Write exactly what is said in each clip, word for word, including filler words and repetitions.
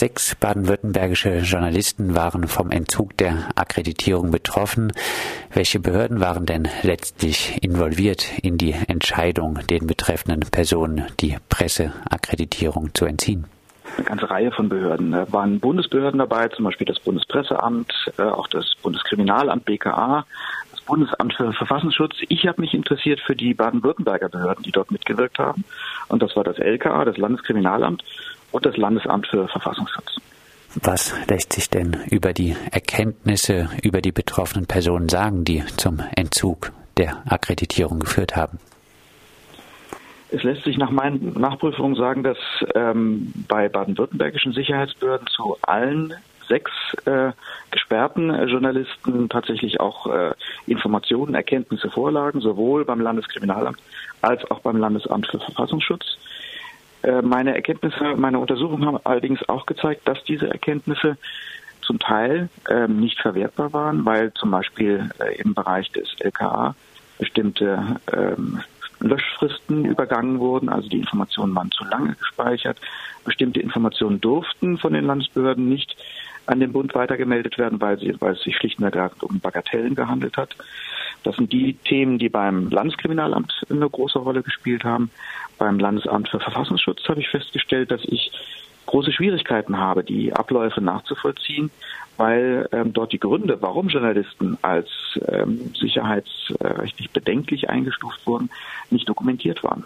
Sechs baden-württembergische Journalisten waren vom Entzug der Akkreditierung betroffen. Welche Behörden waren denn letztlich involviert in die Entscheidung, den betreffenden Personen die Presseakkreditierung zu entziehen? Eine ganze Reihe von Behörden. Da waren Bundesbehörden dabei, zum Beispiel das Bundespresseamt, auch das Bundeskriminalamt B K A, das Bundesamt für Verfassungsschutz. Ich habe mich interessiert für die Baden-Württemberger Behörden, die dort mitgewirkt haben. Und das war das L K A, das Landeskriminalamt und das Landesamt für Verfassungsschutz. Was lässt sich denn über die Erkenntnisse über die betroffenen Personen sagen, die zum Entzug der Akkreditierung geführt haben? Es lässt sich nach meinen Nachprüfungen sagen, dass ähm, bei baden-württembergischen Sicherheitsbehörden zu allen sechs äh, gesperrten äh, Journalisten tatsächlich auch äh, Informationen, Erkenntnisse vorlagen, sowohl beim Landeskriminalamt als auch beim Landesamt für Verfassungsschutz. Äh, meine Erkenntnisse, meine Untersuchungen haben allerdings auch gezeigt, dass diese Erkenntnisse zum Teil äh, nicht verwertbar waren, weil zum Beispiel äh, im Bereich des L K A bestimmte ähm, Löschfristen übergangen wurden, also die Informationen waren zu lange gespeichert. Bestimmte Informationen durften von den Landesbehörden nicht an den Bund weitergemeldet werden, weil, sie, weil es sich schlicht und ergreifend um Bagatellen gehandelt hat. Das sind die Themen, die beim Landeskriminalamt eine große Rolle gespielt haben. Beim Landesamt für Verfassungsschutz habe ich festgestellt, dass ich große Schwierigkeiten habe, die Abläufe nachzuvollziehen, weil ähm, dort die Gründe, warum Journalisten als ähm, sicherheitsrechtlich bedenklich eingestuft wurden, nicht dokumentiert waren.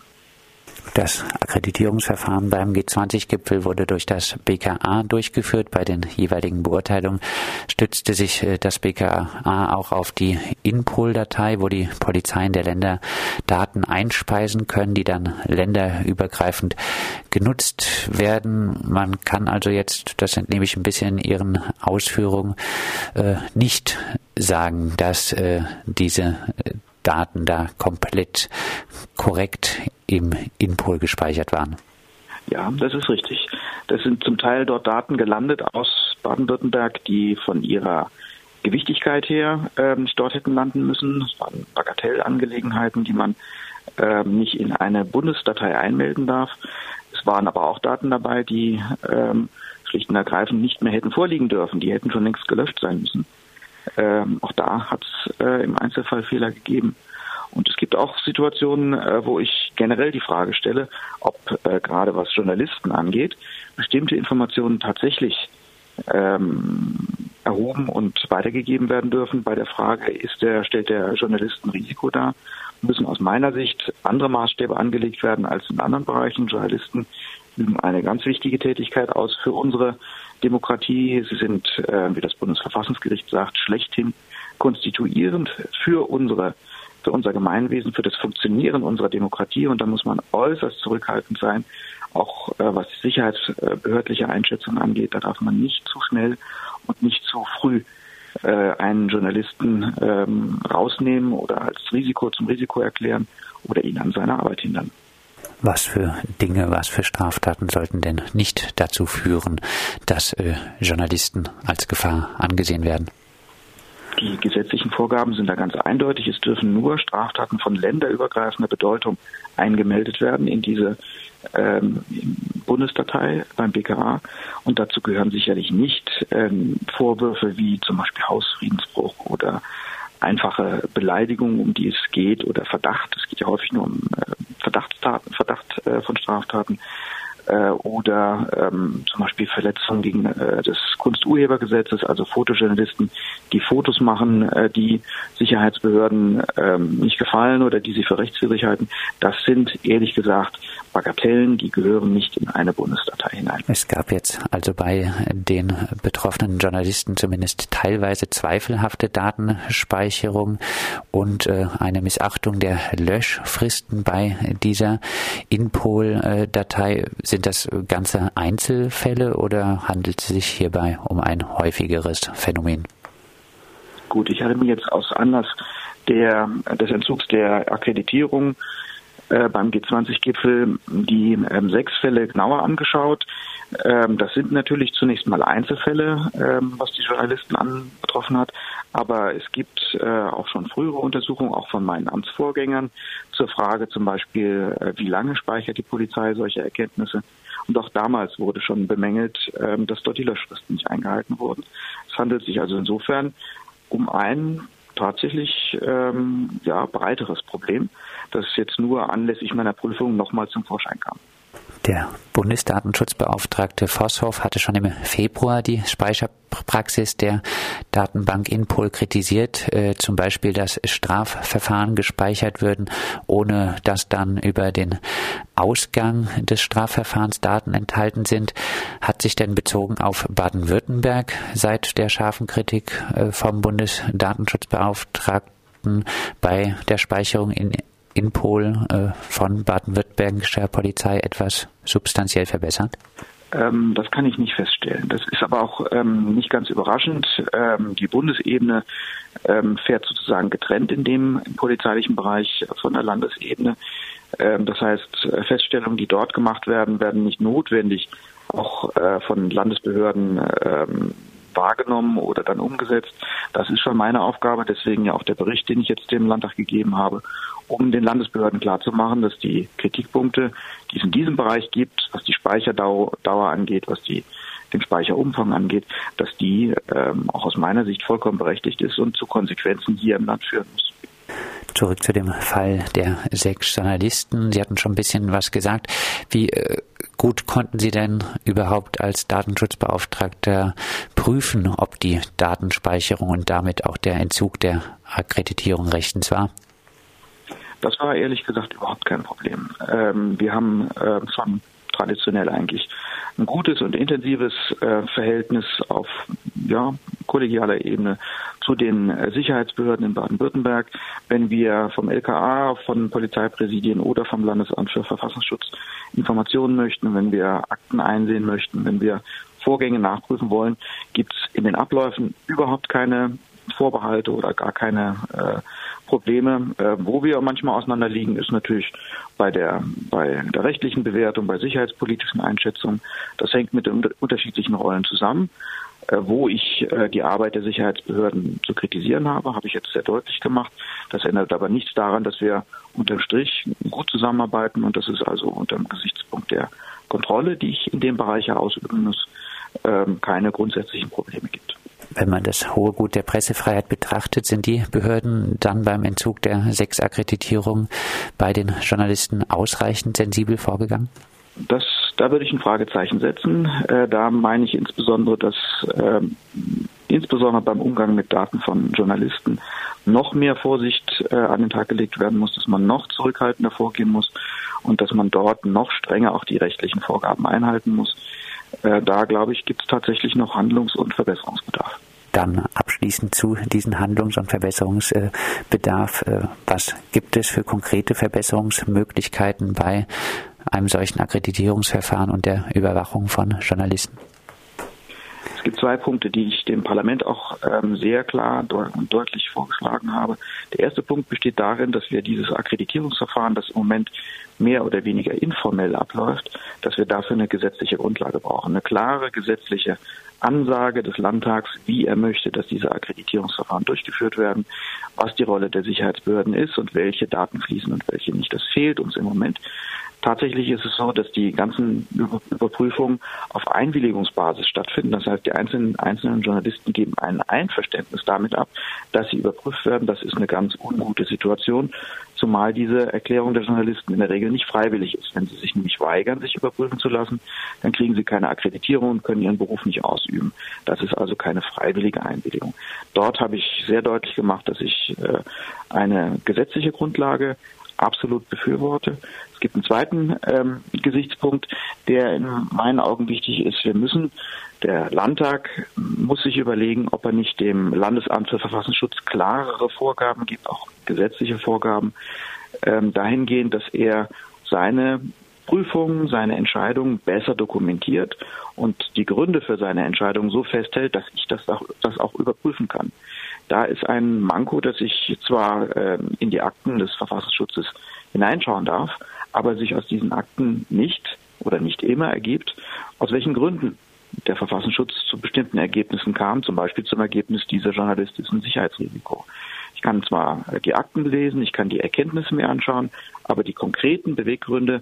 Das Akkreditierungsverfahren beim G zwanzig Gipfel wurde durch das B K A durchgeführt. Bei den jeweiligen Beurteilungen stützte sich das B K A auch auf die INPOL-Datei, wo die Polizeien der Länder Daten einspeisen können, die dann länderübergreifend genutzt werden. Man kann also jetzt, das entnehme ich ein bisschen Ihren Ausführungen, äh, nicht sagen, dass äh, diese Daten da komplett korrekt im INPOL gespeichert waren. Ja, das ist richtig. Das sind zum Teil dort Daten gelandet aus Baden-Württemberg, die von ihrer Gewichtigkeit her äh, nicht dort hätten landen müssen. Das waren Bagatellangelegenheiten, die man äh, nicht in eine Bundesdatei einmelden darf. Es waren aber auch Daten dabei, die äh, schlicht und ergreifend nicht mehr hätten vorliegen dürfen. Die hätten schon längst gelöscht sein müssen. Ähm, auch da hat es äh, im Einzelfall Fehler gegeben. Und es gibt auch Situationen, äh, wo ich generell die Frage stelle, ob äh, gerade was Journalisten angeht, bestimmte Informationen tatsächlich ähm, erhoben und weitergegeben werden dürfen. Bei der Frage, ist der, stellt der Journalist ein Risiko dar, müssen aus meiner Sicht andere Maßstäbe angelegt werden als in anderen Bereichen. Journalisten üben eine ganz wichtige Tätigkeit aus für unsere Demokratie. Sie sind, äh, wie das Bundesverfassungsgericht sagt, schlechthin konstituierend für unsere, für unser Gemeinwesen, für das Funktionieren unserer Demokratie. Und da muss man äußerst zurückhaltend sein, auch äh, was die sicherheitsbehördliche Einschätzung angeht. Da darf man nicht zu schnell und nicht zu früh äh, einen Journalisten ähm, rausnehmen oder als Risiko zum Risiko erklären oder ihn an seiner Arbeit hindern. Was für Dinge, was für Straftaten sollten denn nicht dazu führen, dass äh, Journalisten als Gefahr angesehen werden? Die gesetzlichen Vorgaben sind da ganz eindeutig. Es dürfen nur Straftaten von länderübergreifender Bedeutung eingemeldet werden in diese ähm, Bundesdatei beim B K A. Und dazu gehören sicherlich nicht ähm, Vorwürfe wie zum Beispiel Hausfriedensbruch oder einfache Beleidigung, um die es geht, oder Verdacht. Es geht ja häufig nur um äh, Verdachtstaten, Verdacht äh, von Straftaten äh, oder ähm, zum Beispiel Verletzungen gegen äh, des Kunsturhebergesetzes, also Fotojournalisten, die Fotos machen, äh, die Sicherheitsbehörden äh, nicht gefallen oder die sie für rechtswidrig halten. Das sind ehrlich gesagt Bagatellen, die gehören nicht in eine Bundesdatei hinein. Es gab jetzt also bei den betroffenen Journalisten zumindest teilweise zweifelhafte Datenspeicherung und äh, eine Missachtung der Löschfristen bei dieser INPOL-Datei. Sind das ganze Einzelfälle oder handelt es sich hierbei um ein häufigeres Phänomen? Gut, ich hatte mir jetzt aus Anlass der, des Entzugs der Akkreditierung äh, beim G zwanzig Gipfel die ähm, sechs Fälle genauer angeschaut. Ähm, das sind natürlich zunächst mal Einzelfälle, ähm, was die Journalisten an betroffen hat, aber es gibt äh, auch schon frühere Untersuchungen, auch von meinen Amtsvorgängern, zur Frage zum Beispiel, äh, wie lange speichert die Polizei solche Erkenntnisse. Und auch damals wurde schon bemängelt, ähm, dass dort die Löschfristen nicht eingehalten wurden. Es handelt sich also insofern um ein tatsächlich ähm, ja, breiteres Problem, das jetzt nur anlässlich meiner Prüfung nochmal zum Vorschein kam. Der Bundesdatenschutzbeauftragte Vosshoff hatte schon im Februar die Speicherpraxis der Datenbank INPOL kritisiert, äh, zum Beispiel, dass Strafverfahren gespeichert würden, ohne dass dann über den Ausgang des Strafverfahrens Daten enthalten sind. Hat sich denn bezogen auf Baden-Württemberg seit der scharfen Kritik äh, vom Bundesdatenschutzbeauftragten bei der Speicherung in INPOL äh, von baden-württembergischer Polizei etwas substanziell verbessert? Ähm, das kann ich nicht feststellen. Das ist aber auch ähm, nicht ganz überraschend. Ähm, die Bundesebene ähm, fährt sozusagen getrennt in dem im polizeilichen Bereich von der Landesebene. Ähm, das heißt, Feststellungen, die dort gemacht werden, werden nicht notwendig auch äh, von Landesbehörden ähm, wahrgenommen oder dann umgesetzt. Das ist schon meine Aufgabe, deswegen ja auch der Bericht, den ich jetzt dem Landtag gegeben habe, um den Landesbehörden klarzumachen, dass die Kritikpunkte, die es in diesem Bereich gibt, was die Speicherdauer Dauer angeht, was die, den Speicherumfang angeht, dass die ähm, auch aus meiner Sicht vollkommen berechtigt ist und zu Konsequenzen hier im Land führen muss. Zurück zu dem Fall der sechs Journalisten. Sie hatten schon ein bisschen was gesagt. Wie äh, gut konnten Sie denn überhaupt als Datenschutzbeauftragter prüfen, ob die Datenspeicherung und damit auch der Entzug der Akkreditierung rechtens war? Das war ehrlich gesagt überhaupt kein Problem. Ähm, wir haben äh, schon traditionell eigentlich ein gutes und intensives äh, Verhältnis auf ja, kollegialer Ebene zu den äh, Sicherheitsbehörden in Baden-Württemberg. Wenn wir vom L K A, von Polizeipräsidien oder vom Landesamt für Verfassungsschutz Informationen möchten, wenn wir Akten einsehen möchten, wenn wir Vorgänge nachprüfen wollen, gibt es in den Abläufen überhaupt keine Vorbehalte oder gar keine äh, Probleme. Äh, wo wir manchmal auseinanderliegen, ist natürlich bei der bei der rechtlichen Bewertung, bei sicherheitspolitischen Einschätzungen. Das hängt mit den unter- unterschiedlichen Rollen zusammen. Äh, wo ich äh, die Arbeit der Sicherheitsbehörden zu kritisieren habe, habe ich jetzt sehr deutlich gemacht. Das ändert aber nichts daran, dass wir unterm Strich gut zusammenarbeiten und dass es also unter dem Gesichtspunkt der Kontrolle, die ich in dem Bereich ausüben muss, äh, keine grundsätzlichen Probleme gibt. Wenn man das hohe Gut der Pressefreiheit betrachtet, sind die Behörden dann beim Entzug der sechs Akkreditierung bei den Journalisten ausreichend sensibel vorgegangen? Das, da würde ich ein Fragezeichen setzen. Äh, da meine ich insbesondere, dass äh, insbesondere beim Umgang mit Daten von Journalisten noch mehr Vorsicht äh, an den Tag gelegt werden muss, dass man noch zurückhaltender vorgehen muss und dass man dort noch strenger auch die rechtlichen Vorgaben einhalten muss. Äh, da, glaube ich, gibt es tatsächlich noch Handlungs- und Verbesserungsbedarf. Dann abschließend zu diesem Handlungs- und Verbesserungsbedarf. Was gibt es für konkrete Verbesserungsmöglichkeiten bei einem solchen Akkreditierungsverfahren und der Überwachung von Journalisten? Es gibt zwei Punkte, die ich dem Parlament auch ähm, sehr klar und deutlich vorgeschlagen habe. Der erste Punkt besteht darin, dass wir dieses Akkreditierungsverfahren, das im Moment mehr oder weniger informell abläuft, dass wir dafür eine gesetzliche Grundlage brauchen. Eine klare gesetzliche Ansage des Landtags, wie er möchte, dass diese Akkreditierungsverfahren durchgeführt werden, was die Rolle der Sicherheitsbehörden ist und welche Daten fließen und welche nicht. Das fehlt uns im Moment. Tatsächlich ist es so, dass die ganzen Überprüfungen auf Einwilligungsbasis stattfinden. Das heißt, die einzelnen, einzelnen Journalisten geben ein Einverständnis damit ab, dass sie überprüft werden. Das ist eine ganz ungute Situation, zumal diese Erklärung der Journalisten in der Regel nicht freiwillig ist. Wenn sie sich nämlich weigern, sich überprüfen zu lassen, dann kriegen sie keine Akkreditierung und können ihren Beruf nicht ausüben. Das ist also keine freiwillige Einwilligung. Dort habe ich sehr deutlich gemacht, dass ich äh, eine gesetzliche Grundlage absolut befürworte. Es gibt einen zweiten ähm, Gesichtspunkt, der in meinen Augen wichtig ist. Wir müssen, der Landtag muss sich überlegen, ob er nicht dem Landesamt für Verfassungsschutz klarere Vorgaben gibt, auch gesetzliche Vorgaben, ähm, dahingehend, dass er seine Prüfungen, seine Entscheidungen besser dokumentiert und die Gründe für seine Entscheidung so festhält, dass ich das auch, das auch überprüfen kann. Da ist ein Manko, dass ich zwar äh, in die Akten des Verfassungsschutzes hineinschauen darf, aber sich aus diesen Akten nicht oder nicht immer ergibt, aus welchen Gründen der Verfassungsschutz zu bestimmten Ergebnissen kam, zum Beispiel zum Ergebnis, dieser Journalist ist ein Sicherheitsrisiko. Ich kann zwar die Akten lesen, ich kann die Erkenntnisse mir anschauen, aber die konkreten Beweggründe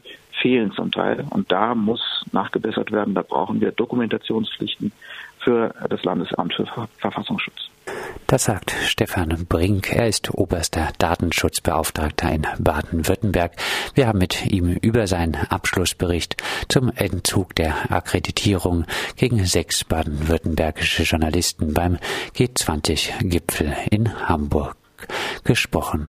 fehlen zum Teil. Und da muss nachgebessert werden. Da brauchen wir Dokumentationspflichten für das Landesamt für Verfassungsschutz. Das sagt Stefan Brink. Er ist oberster Datenschutzbeauftragter in Baden-Württemberg. Wir haben mit ihm über seinen Abschlussbericht zum Entzug der Akkreditierung gegen sechs baden-württembergische Journalisten beim G zwanzig Gipfel in Hamburg gesprochen.